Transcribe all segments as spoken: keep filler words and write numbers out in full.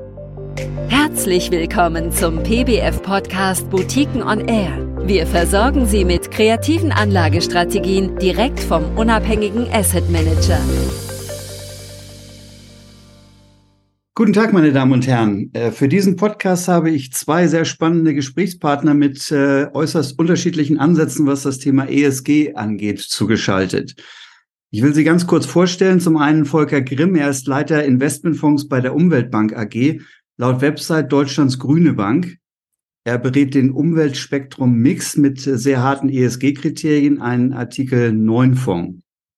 Herzlich willkommen zum P B F-Podcast Boutiquen on Air. Wir versorgen Sie mit kreativen Anlagestrategien direkt vom unabhängigen Asset Manager. Guten Tag, meine Damen und Herren. Für diesen Podcast habe ich zwei sehr spannende Gesprächspartner mit äußerst unterschiedlichen Ansätzen, was das Thema E S G angeht, zugeschaltet. Ich will Sie ganz kurz vorstellen. Zum einen Volker Grimm, er ist Leiter Investmentfonds bei der Umweltbank A G, laut Website Deutschlands Grüne Bank. Er berät den Umweltspektrum Mix mit sehr harten E S G-Kriterien, einen Artikel neun Fonds.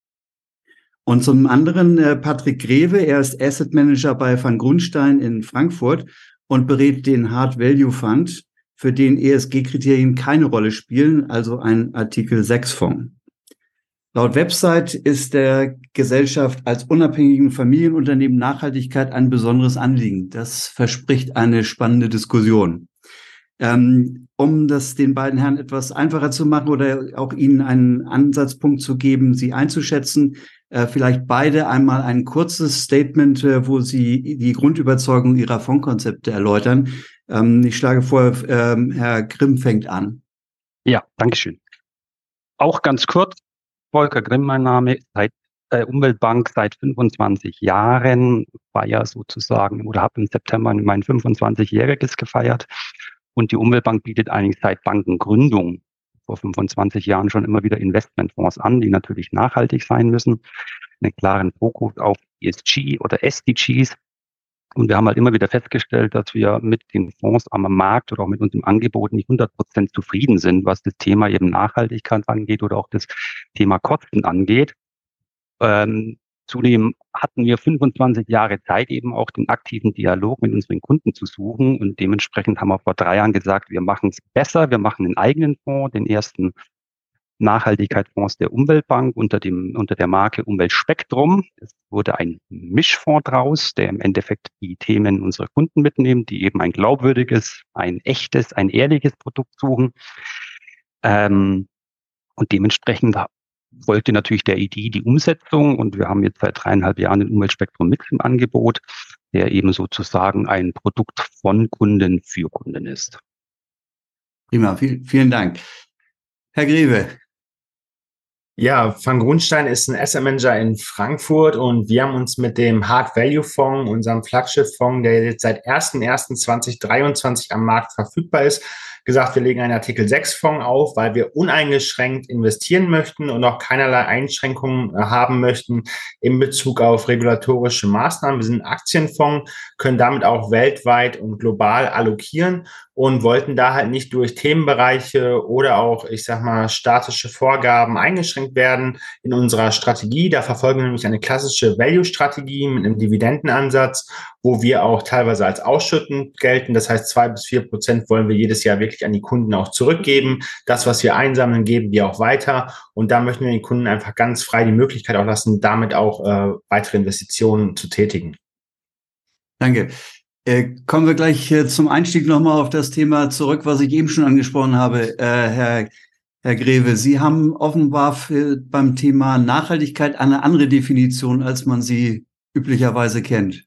Und zum anderen äh, Patrick Greve, er ist Asset Manager bei Van Grundstein in Frankfurt und berät den Hard Value Fund, für den E S G-Kriterien keine Rolle spielen, also ein Artikel sechs Fonds. Laut Website ist der Gesellschaft als unabhängigen Familienunternehmen Nachhaltigkeit ein besonderes Anliegen. Das verspricht eine spannende Diskussion. Ähm, um das den beiden Herren etwas einfacher zu machen oder auch Ihnen einen Ansatzpunkt zu geben, Sie einzuschätzen, äh, vielleicht beide einmal ein kurzes Statement, äh, wo Sie die Grundüberzeugung Ihrer Fondskonzepte erläutern. Ähm, ich schlage vor, ähm, Herr Grimm fängt an. Ja, Dankeschön. Auch ganz kurz, Volker Grimm, mein Name, seit äh, Umweltbank seit fünfundzwanzig Jahren, war ja sozusagen oder habe im September mein fünfundzwanzigjähriges gefeiert. Und die Umweltbank bietet eigentlich seit Bankengründung vor fünfundzwanzig Jahren schon immer wieder Investmentfonds an, die natürlich nachhaltig sein müssen, einen klaren Fokus auf E S G oder S D Gs. Und wir haben halt immer wieder festgestellt, dass wir mit den Fonds am Markt oder auch mit unserem Angebot nicht hundert Prozent zufrieden sind, was das Thema eben Nachhaltigkeit angeht oder auch das Thema Kosten angeht. Ähm, Zudem hatten wir fünfundzwanzig Jahre Zeit, eben auch den aktiven Dialog mit unseren Kunden zu suchen. Und dementsprechend haben wir vor drei Jahren gesagt, wir machen es besser. Wir machen einen eigenen Fonds, den ersten Nachhaltigkeitsfonds der Umweltbank unter dem, unter der Marke Umweltspektrum. Es wurde ein Mischfonds draus, der im Endeffekt die Themen unserer Kunden mitnimmt, die eben ein glaubwürdiges, ein echtes, ein ehrliches Produkt suchen. Ähm, und dementsprechend folgte natürlich der Idee die Umsetzung und wir haben jetzt seit dreieinhalb Jahren den Umweltspektrum Mix im Angebot, der eben sozusagen ein Produkt von Kunden für Kunden ist. Prima, viel, vielen Dank. Herr Greve. Ja, Van Grundstein ist ein Asset Manager in Frankfurt und wir haben uns mit dem Hard Value Fonds, unserem Flaggschiff-Fonds, der jetzt seit erster erster zweitausenddreiundzwanzig am Markt verfügbar ist, gesagt, wir legen einen Artikel sechs Fonds auf, weil wir uneingeschränkt investieren möchten und auch keinerlei Einschränkungen haben möchten in Bezug auf regulatorische Maßnahmen. Wir sind ein Aktienfonds, können damit auch weltweit und global allokieren und wollten da halt nicht durch Themenbereiche oder auch, ich sag mal, statische Vorgaben eingeschränkt werden in unserer Strategie. Da verfolgen wir nämlich eine klassische Value-Strategie mit einem Dividendenansatz, wo wir auch teilweise als ausschüttend gelten. Das heißt, zwei bis vier Prozent wollen wir jedes Jahr wirklich an die Kunden auch zurückgeben. Das, was wir einsammeln, geben wir auch weiter. Und da möchten wir den Kunden einfach ganz frei die Möglichkeit auch lassen, damit auch äh, weitere Investitionen zu tätigen. Danke. Äh, kommen wir gleich äh, zum Einstieg nochmal auf das Thema zurück, was ich eben schon angesprochen habe, äh, Herr, Herr Greve. Sie haben offenbar für, beim Thema Nachhaltigkeit eine andere Definition, als man sie üblicherweise kennt.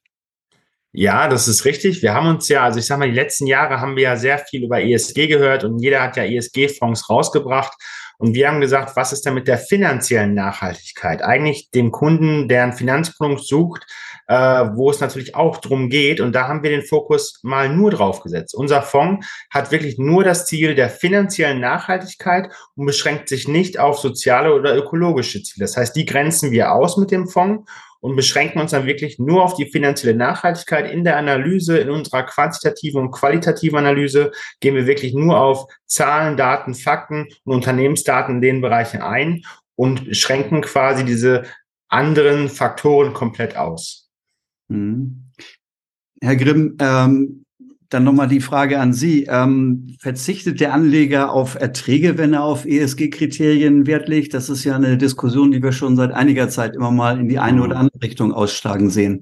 Ja, das ist richtig. Wir haben uns ja, also ich sag mal, die letzten Jahre haben wir ja sehr viel über E S G gehört und jeder hat ja E S G-Fonds rausgebracht. Und wir haben gesagt, was ist denn mit der finanziellen Nachhaltigkeit? Eigentlich dem Kunden, der ein Finanzprodukt sucht, äh, wo es natürlich auch drum geht. Und da haben wir den Fokus mal nur drauf gesetzt. Unser Fonds hat wirklich nur das Ziel der finanziellen Nachhaltigkeit und beschränkt sich nicht auf soziale oder ökologische Ziele. Das heißt, die grenzen wir aus mit dem Fonds und beschränken uns dann wirklich nur auf die finanzielle Nachhaltigkeit. In der Analyse, in unserer quantitativen und qualitativen Analyse gehen wir wirklich nur auf Zahlen, Daten, Fakten und Unternehmensdaten in den Bereichen ein und schränken quasi diese anderen Faktoren komplett aus. Mhm. Herr Grimm, ähm, dann nochmal die Frage an Sie. Ähm, verzichtet der Anleger auf Erträge, wenn er auf E S G-Kriterien Wert legt? Das ist ja eine Diskussion, die wir schon seit einiger Zeit immer mal in die eine oder andere Richtung ausschlagen sehen.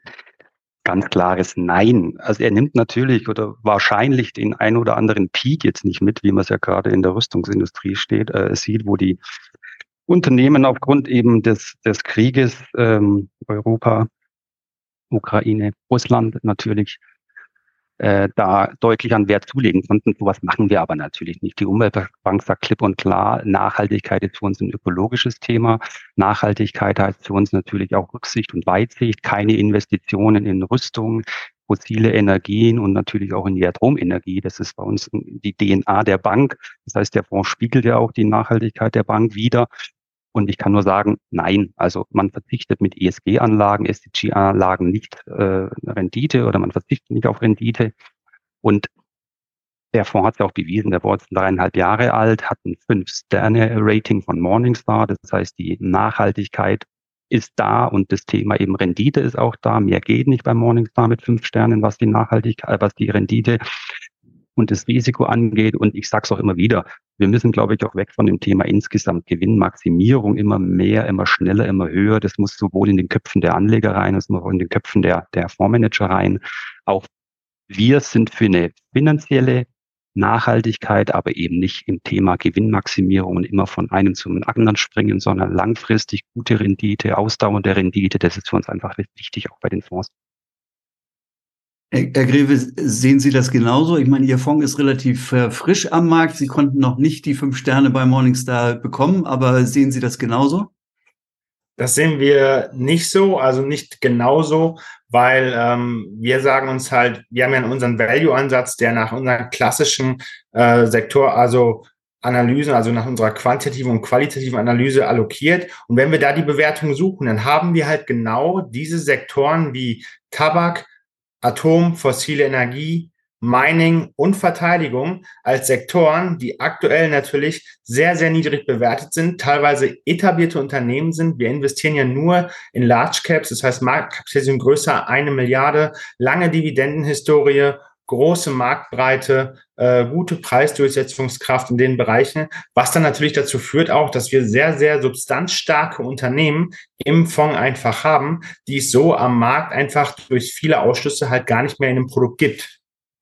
Ganz klares Nein. Also er nimmt natürlich oder wahrscheinlich den ein oder anderen Peak jetzt nicht mit, wie man es ja gerade in der Rüstungsindustrie steht, äh, sieht, wo die Unternehmen aufgrund eben des, des Krieges, ähm, Europa, Ukraine, Russland natürlich, äh, da deutlich an Wert zulegen konnten. Sowas machen wir aber natürlich nicht. Die Umweltbank sagt klipp und klar, Nachhaltigkeit ist für uns ein ökologisches Thema. Nachhaltigkeit heißt für uns natürlich auch Rücksicht und Weitsicht, keine Investitionen in Rüstung, fossile Energien und natürlich auch in die Atomenergie. Das ist bei uns die D N A der Bank. Das heißt, der Fonds spiegelt ja auch die Nachhaltigkeit der Bank wider. Und ich kann nur sagen, nein, also man verzichtet mit E S G-Anlagen, S D G-Anlagen nicht äh, Rendite oder man verzichtet nicht auf Rendite. Und der Fonds hat es ja auch bewiesen, der war jetzt dreieinhalb Jahre alt, hat ein Fünf-Sterne-Rating von Morningstar. Das heißt, die Nachhaltigkeit ist da und das Thema eben Rendite ist auch da. Mehr geht nicht bei Morningstar mit fünf Sternen, was die Nachhaltigkeit, was die Rendite und das Risiko angeht. Und ich sage es auch immer wieder, wir müssen, glaube ich, auch weg von dem Thema insgesamt Gewinnmaximierung, immer mehr, immer schneller, immer höher. Das muss sowohl in den Köpfen der Anleger rein, als auch in den Köpfen der, der Fondsmanager rein. Auch wir sind für eine finanzielle Nachhaltigkeit, aber eben nicht im Thema Gewinnmaximierung und immer von einem zum anderen springen, sondern langfristig gute Rendite, ausdauernde Rendite. Das ist für uns einfach wichtig, auch bei den Fonds. Herr Greve, sehen Sie das genauso? Ich meine, Ihr Fonds ist relativ äh, frisch am Markt. Sie konnten noch nicht die fünf Sterne bei Morningstar bekommen, aber sehen Sie das genauso? Das sehen wir nicht so, also nicht genauso, weil ähm, wir sagen uns halt, wir haben ja unseren Value-Ansatz, der nach unseren klassischen äh, Sektor, also Analysen, also nach unserer quantitativen und qualitativen Analyse allokiert. Und wenn wir da die Bewertung suchen, dann haben wir halt genau diese Sektoren wie Tabak, Atom, fossile Energie, Mining und Verteidigung als Sektoren, die aktuell natürlich sehr, sehr niedrig bewertet sind, teilweise etablierte Unternehmen sind. Wir investieren ja nur in Large Caps, das heißt Marktkapitalisierung größer eine Milliarde, lange Dividendenhistorie, große Marktbreite, äh, gute Preisdurchsetzungskraft in den Bereichen, was dann natürlich dazu führt auch, dass wir sehr, sehr substanzstarke Unternehmen im Fonds einfach haben, die es so am Markt einfach durch viele Ausschlüsse halt gar nicht mehr in einem Produkt gibt.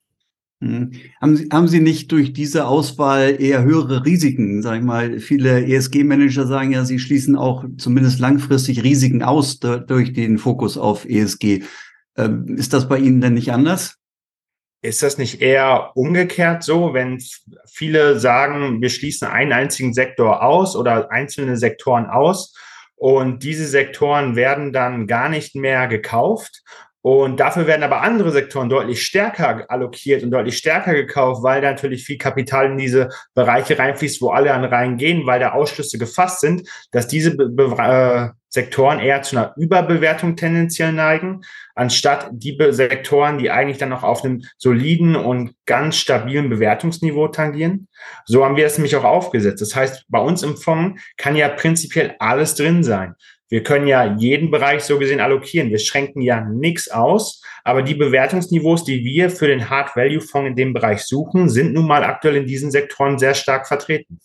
Hm. Haben Sie, haben Sie nicht durch diese Auswahl eher höhere Risiken? Sag ich mal, viele E S G-Manager sagen ja, sie schließen auch zumindest langfristig Risiken aus da, durch den Fokus auf E S G. Ähm, ist das bei Ihnen denn nicht anders? Ist das nicht eher umgekehrt so, wenn viele sagen, wir schließen einen einzigen Sektor aus oder einzelne Sektoren aus und diese Sektoren werden dann gar nicht mehr gekauft? Und dafür werden aber andere Sektoren deutlich stärker allokiert und deutlich stärker gekauft, weil da natürlich viel Kapital in diese Bereiche reinfließt, wo alle dann reingehen, weil da Ausschlüsse gefasst sind, dass diese Be- Be- äh, Sektoren eher zu einer Überbewertung tendenziell neigen, anstatt die Be- Sektoren, die eigentlich dann noch auf einem soliden und ganz stabilen Bewertungsniveau tangieren. So haben wir es nämlich auch aufgesetzt. Das heißt, bei uns im Fonds kann ja prinzipiell alles drin sein. Wir können ja jeden Bereich so gesehen allokieren. Wir schränken ja nichts aus, aber die Bewertungsniveaus, die wir für den Hard-Value-Fonds in dem Bereich suchen, sind nun mal aktuell in diesen Sektoren sehr stark vertreten.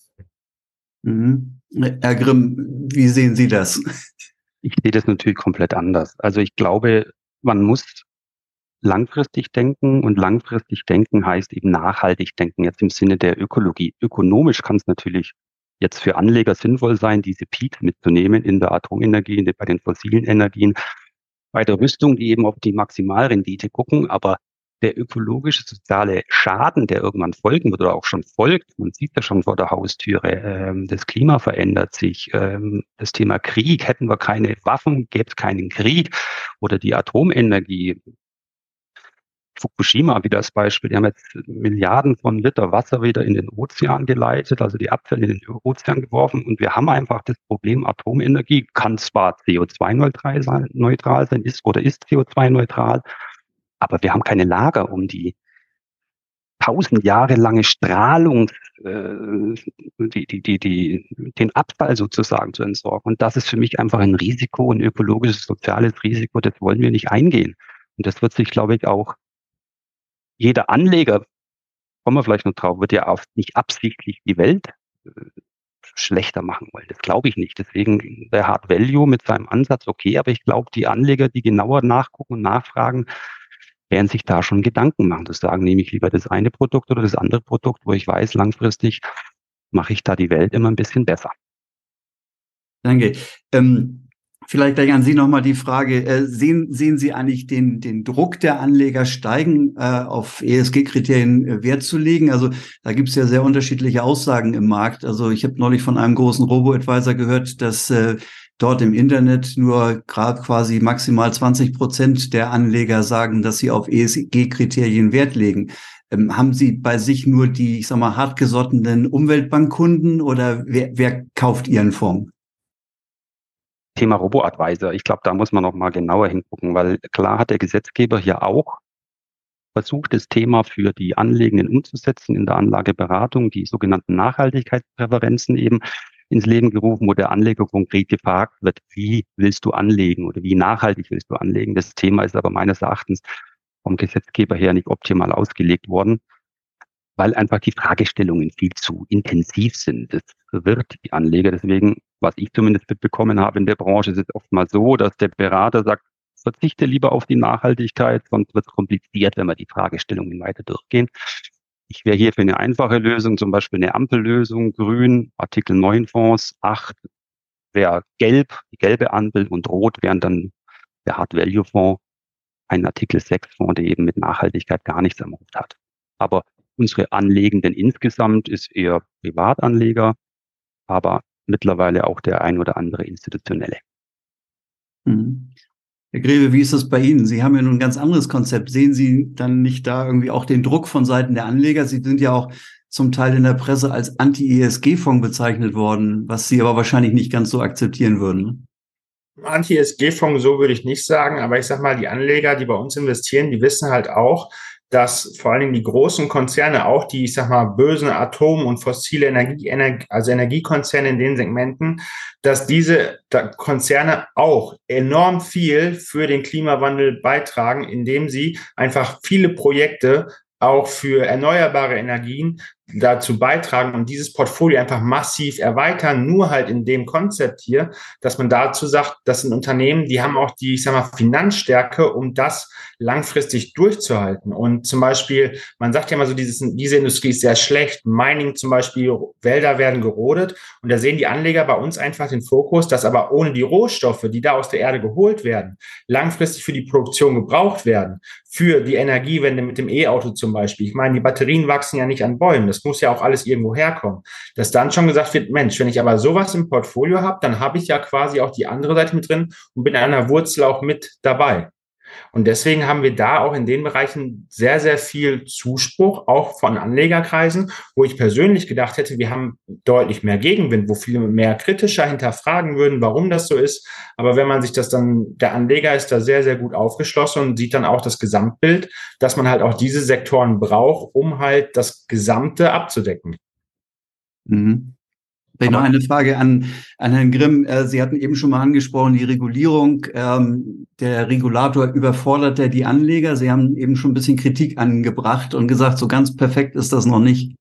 Mhm. Herr Grimm, wie sehen Sie das? Ich sehe das natürlich komplett anders. Also ich glaube, man muss langfristig denken und langfristig denken heißt eben nachhaltig denken, jetzt im Sinne der Ökologie. Ökonomisch kann es natürlich jetzt für Anleger sinnvoll sein, diese Peaks mitzunehmen in der Atomenergie, in der, bei den fossilen Energien, bei der Rüstung, die eben auf die Maximalrendite gucken, aber der ökologische, soziale Schaden, der irgendwann folgen wird oder auch schon folgt, man sieht ja schon vor der Haustüre, ähm, das Klima verändert sich, ähm, das Thema Krieg, hätten wir keine Waffen, gäbe es keinen Krieg oder die Atomenergie, Fukushima wieder als Beispiel, die haben jetzt Milliarden von Liter Wasser wieder in den Ozean geleitet, also die Abfälle in den Ozean geworfen und wir haben einfach das Problem, Atomenergie kann zwar C O zwei neutral sein, neutral sein ist oder ist C O zwei neutral, aber wir haben keine Lager, um die tausend Jahre lange Strahlung, äh, die, die, die, die, den Abfall sozusagen zu entsorgen. Und das ist für mich einfach ein Risiko, ein ökologisches, soziales Risiko, das wollen wir nicht eingehen. Und das wird sich, glaube ich, auch jeder Anleger, kommen wir vielleicht noch drauf, wird ja auch nicht absichtlich die Welt äh, schlechter machen wollen. Das glaube ich nicht. Deswegen der Hard Value mit seinem Ansatz okay, aber ich glaube, die Anleger, die genauer nachgucken und nachfragen, werden sich da schon Gedanken machen. Das sagen, nehme ich lieber das eine Produkt oder das andere Produkt, wo ich weiß, langfristig mache ich da die Welt immer ein bisschen besser. Danke. Ähm Vielleicht gleich an Sie nochmal die Frage, äh, sehen, sehen Sie eigentlich den, den Druck der Anleger steigen, äh, auf E S G-Kriterien äh, Wert zu legen? Also da gibt es ja sehr unterschiedliche Aussagen im Markt. Also ich habe neulich von einem großen Robo-Advisor gehört, dass äh, dort im Internet nur gerade quasi maximal zwanzig Prozent der Anleger sagen, dass sie auf E S G-Kriterien Wert legen. Ähm, haben Sie bei sich nur die, ich sag mal, hartgesottenen Umweltbankkunden oder wer, wer kauft Ihren Fonds? Thema Robo-Advisor. Ich glaube, da muss man noch mal genauer hingucken, weil klar hat der Gesetzgeber hier auch versucht, das Thema für die Anlegenden umzusetzen in der Anlageberatung, die sogenannten Nachhaltigkeitspräferenzen eben ins Leben gerufen, wo der Anleger konkret gefragt wird, wie willst du anlegen oder wie nachhaltig willst du anlegen? Das Thema ist aber meines Erachtens vom Gesetzgeber her nicht optimal ausgelegt worden, weil einfach die Fragestellungen viel zu intensiv sind. Das verwirrt die Anleger. Deswegen, was ich zumindest mitbekommen habe in der Branche, ist es oftmals so, dass der Berater sagt, verzichte lieber auf die Nachhaltigkeit, sonst wird es kompliziert, wenn wir die Fragestellungen weiter durchgehen. Ich wäre hier für eine einfache Lösung, zum Beispiel eine Ampellösung, grün, Artikel neun Fonds, acht wäre gelb, die gelbe Ampel, und rot wären dann der Hard Value Fonds, ein Artikel sechs Fonds, der eben mit Nachhaltigkeit gar nichts am Hut hat. Aber unsere Anlegenden insgesamt ist eher Privatanleger, aber mittlerweile auch der ein oder andere institutionelle. Mhm. Herr Greve, wie ist das bei Ihnen? Sie haben ja nun ein ganz anderes Konzept. Sehen Sie dann nicht da irgendwie auch den Druck von Seiten der Anleger? Sie sind ja auch zum Teil in der Presse als Anti-E S G-Fonds bezeichnet worden, was Sie aber wahrscheinlich nicht ganz so akzeptieren würden. Anti-E S G-Fonds, so würde ich nicht sagen, aber ich sag mal, die Anleger, die bei uns investieren, die wissen halt auch, dass vor allen Dingen die großen Konzerne, auch die, ich sag mal, bösen Atom- und fossile Energie, Energie, also Energiekonzerne in den Segmenten, dass diese Konzerne auch enorm viel für den Klimawandel beitragen, indem sie einfach viele Projekte auch für erneuerbare Energien dazu beitragen und dieses Portfolio einfach massiv erweitern, nur halt in dem Konzept hier, dass man dazu sagt, das sind Unternehmen, die haben auch die, ich sag mal, Finanzstärke, um das langfristig durchzuhalten. Und zum Beispiel, man sagt ja immer so, dieses, diese Industrie ist sehr schlecht, Mining zum Beispiel, Wälder werden gerodet, und da sehen die Anleger bei uns einfach den Fokus, dass aber ohne die Rohstoffe, die da aus der Erde geholt werden, langfristig für die Produktion gebraucht werden, für die Energiewende mit dem E-Auto zum Beispiel. Ich meine, die Batterien wachsen ja nicht an Bäumen, das muss ja auch alles irgendwo herkommen. Dass dann schon gesagt wird, Mensch, wenn ich aber sowas im Portfolio habe, dann habe ich ja quasi auch die andere Seite mit drin und bin an der Wurzel auch mit dabei. Und deswegen haben wir da auch in den Bereichen sehr, sehr viel Zuspruch, auch von Anlegerkreisen, wo ich persönlich gedacht hätte, wir haben deutlich mehr Gegenwind, wo viele mehr kritischer hinterfragen würden, warum das so ist. Aber wenn man sich das dann, der Anleger ist da sehr, sehr gut aufgeschlossen und sieht dann auch das Gesamtbild, dass man halt auch diese Sektoren braucht, um halt das Gesamte abzudecken. Mhm. Vielleicht noch eine Frage an, an Herrn Grimm. Äh, Sie hatten eben schon mal angesprochen, die Regulierung. Ähm, der Regulator überfordert ja die Anleger. Sie haben eben schon ein bisschen Kritik angebracht und gesagt, so ganz perfekt ist das noch nicht.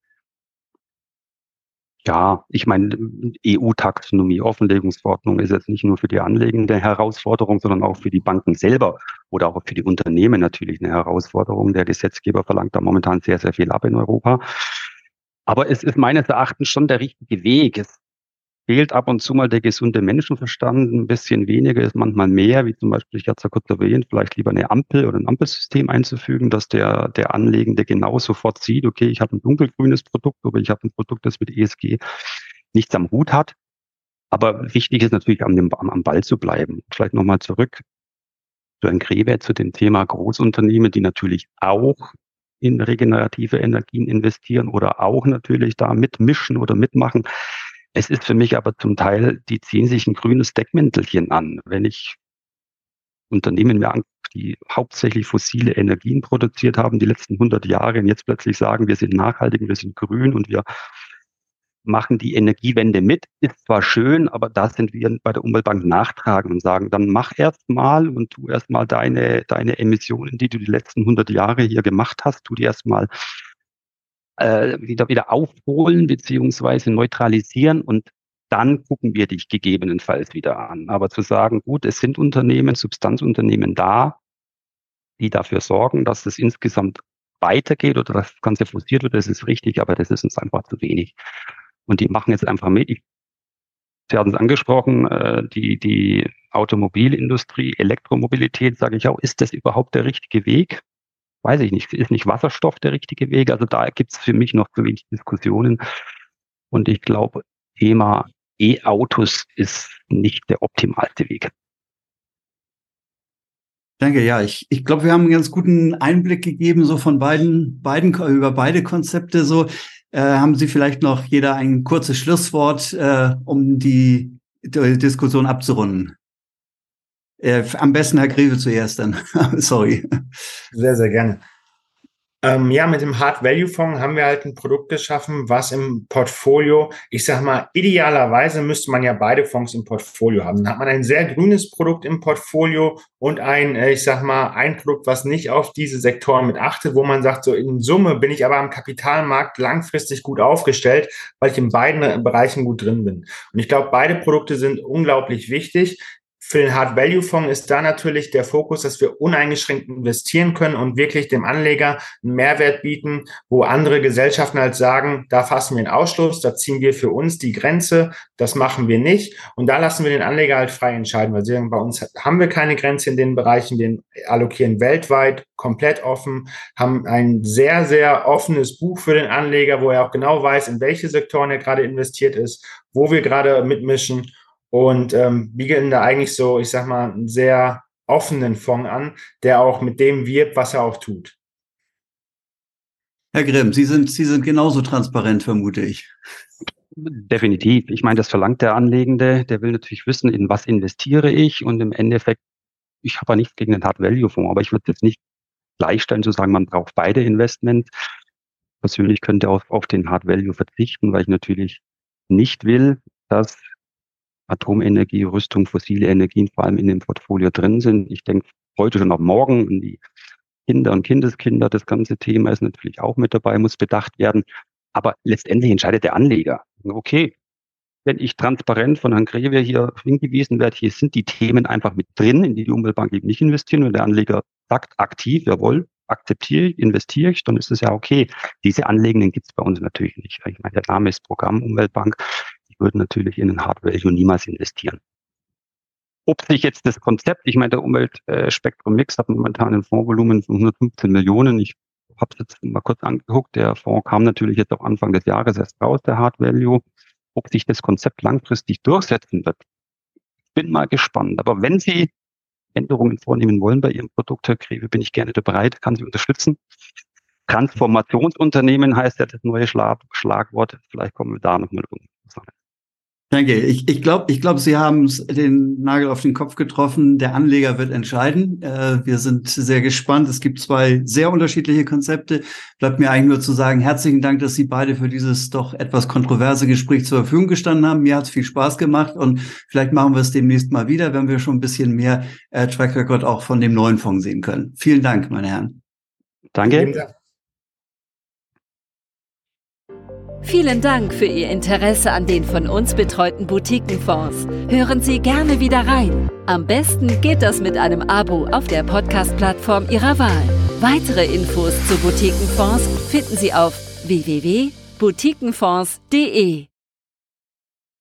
Ja, ich meine, E U-Taxonomie, Offenlegungsverordnung ist jetzt nicht nur für die Anlegende Herausforderung, sondern auch für die Banken selber oder auch für die Unternehmen natürlich eine Herausforderung. Der Gesetzgeber verlangt da momentan sehr, sehr viel ab in Europa. Aber es ist meines Erachtens schon der richtige Weg. Es fehlt ab und zu mal der gesunde Menschenverstand. Ein bisschen weniger ist manchmal mehr, wie zum Beispiel, ich hatte es ja kurz erwähnt, vielleicht lieber eine Ampel oder ein Ampelsystem einzufügen, dass der, der Anlegende genau sofort sieht, okay, ich habe ein dunkelgrünes Produkt, aber ich habe ein Produkt, das mit E S G nichts am Hut hat. Aber wichtig ist natürlich, am, am, am Ball zu bleiben. Vielleicht nochmal zurück zu Herrn Greve, zu dem Thema Großunternehmen, die natürlich auch in regenerative Energien investieren oder auch natürlich da mitmischen oder mitmachen. Es ist für mich aber zum Teil, die ziehen sich ein grünes Deckmäntelchen an. Wenn ich Unternehmen mir angucke, die hauptsächlich fossile Energien produziert haben die letzten hundert Jahre und jetzt plötzlich sagen, wir sind nachhaltig, wir sind grün und wir machen die Energiewende mit, ist zwar schön, aber da sind wir bei der Umweltbank nachtragen und sagen, dann mach erst mal und tu erst mal deine, deine Emissionen, die du die letzten hundert Jahre hier gemacht hast, tu die erst mal äh, wieder, wieder aufholen beziehungsweise neutralisieren und dann gucken wir dich gegebenenfalls wieder an. Aber zu sagen, gut, es sind Unternehmen, Substanzunternehmen da, die dafür sorgen, dass es insgesamt weitergeht oder dass das Ganze forciert wird, das ist richtig, aber das ist uns einfach zu wenig. Und die machen jetzt einfach mit. Ich Sie hatten es angesprochen, äh, die, die Automobilindustrie, Elektromobilität, sage ich auch, ist das überhaupt der richtige Weg? Weiß ich nicht. Ist nicht Wasserstoff der richtige Weg? Also da gibt es für mich noch zu wenig Diskussionen. Und ich glaube, Thema E-Autos ist nicht der optimalste Weg. Danke, ja, ich, ich glaube, wir haben einen ganz guten Einblick gegeben, so von beiden, beiden, über beide Konzepte, so. Äh, haben Sie vielleicht noch jeder ein kurzes Schlusswort, äh, um die, die Diskussion abzurunden? Äh, am besten Herr Greve zuerst dann. Sorry. Sehr, sehr gerne. Ähm, ja, mit dem Hard-Value-Fonds haben wir halt ein Produkt geschaffen, was im Portfolio, ich sag mal, idealerweise müsste man ja beide Fonds im Portfolio haben. Dann hat man ein sehr grünes Produkt im Portfolio und ein, ich sag mal, ein Produkt, was nicht auf diese Sektoren mit achtet, wo man sagt, so in Summe bin ich aber am Kapitalmarkt langfristig gut aufgestellt, weil ich in beiden Bereichen gut drin bin. Und ich glaube, beide Produkte sind unglaublich wichtig. Für den Hard-Value-Fonds ist da natürlich der Fokus, dass wir uneingeschränkt investieren können und wirklich dem Anleger einen Mehrwert bieten, wo andere Gesellschaften halt sagen, da fassen wir einen Ausschluss, da ziehen wir für uns die Grenze, das machen wir nicht. Und da lassen wir den Anleger halt frei entscheiden, weil sie sagen, bei uns haben wir keine Grenze in den Bereichen, wir allokieren weltweit komplett offen, haben ein sehr, sehr offenes Buch für den Anleger, wo er auch genau weiß, in welche Sektoren er gerade investiert ist, wo wir gerade mitmischen. Und ähm, bieten da eigentlich so, ich sag mal, einen sehr offenen Fonds an, der auch mit dem wirbt, was er auch tut. Herr Grimm, Sie sind, Sie sind genauso transparent, vermute ich. Definitiv. Ich meine, das verlangt der Anlegende. Der will natürlich wissen, in was investiere ich. Und im Endeffekt, ich habe ja nichts gegen den Hard-Value-Fonds, aber ich würde jetzt nicht gleichstellen zu sagen, man braucht beide Investments. Persönlich könnte auf, auf den Hard-Value verzichten, weil ich natürlich nicht will, dass Atomenergie, Rüstung, fossile Energien vor allem in dem Portfolio drin sind. Ich denke heute schon auf morgen an die Kinder und Kindeskinder. Das ganze Thema ist natürlich auch mit dabei, muss bedacht werden. Aber letztendlich entscheidet der Anleger. Okay, wenn ich transparent von Herrn Greve hier hingewiesen werde, hier sind die Themen einfach mit drin, in die die Umweltbank eben nicht investieren. Wenn der Anleger sagt, aktiv, jawohl, akzeptiere ich, investiere ich, dann ist es ja okay. Diese Anlegenden gibt es bei uns natürlich nicht. Ich meine, der Name ist Programm Umweltbank. Würden natürlich in den Hard-Value niemals investieren. Ob sich jetzt das Konzept, ich meine, der Umweltspektrum Mix hat momentan ein Fondsvolumen von hundertfünfzehn Millionen. Ich habe es jetzt mal kurz angeguckt. Der Fonds kam natürlich jetzt auch Anfang des Jahres erst raus, der Hard-Value. Ob sich das Konzept langfristig durchsetzen wird, ich bin mal gespannt. Aber wenn Sie Änderungen vornehmen wollen bei Ihrem Produkt, Herr Greve, bin ich gerne bereit, kann Sie unterstützen. Transformationsunternehmen heißt ja das neue Schlag- Schlagwort. Vielleicht kommen wir da nochmal zusammen. Danke. Ich, ich glaube, ich glaube, Sie haben den Nagel auf den Kopf getroffen. Der Anleger wird entscheiden. Äh, wir sind sehr gespannt. Es gibt zwei sehr unterschiedliche Konzepte. Bleibt mir eigentlich nur zu sagen, herzlichen Dank, dass Sie beide für dieses doch etwas kontroverse Gespräch zur Verfügung gestanden haben. Mir hat es viel Spaß gemacht und vielleicht machen wir es demnächst mal wieder, wenn wir schon ein bisschen mehr äh, Track Record auch von dem neuen Fonds sehen können. Vielen Dank, meine Herren. Danke. Vielen Dank für Ihr Interesse an den von uns betreuten Boutiquenfonds. Hören Sie gerne wieder rein. Am besten geht das mit einem Abo auf der Podcast-Plattform Ihrer Wahl. Weitere Infos zu Boutiquenfonds finden Sie auf w w w punkt boutiquenfonds punkt d e.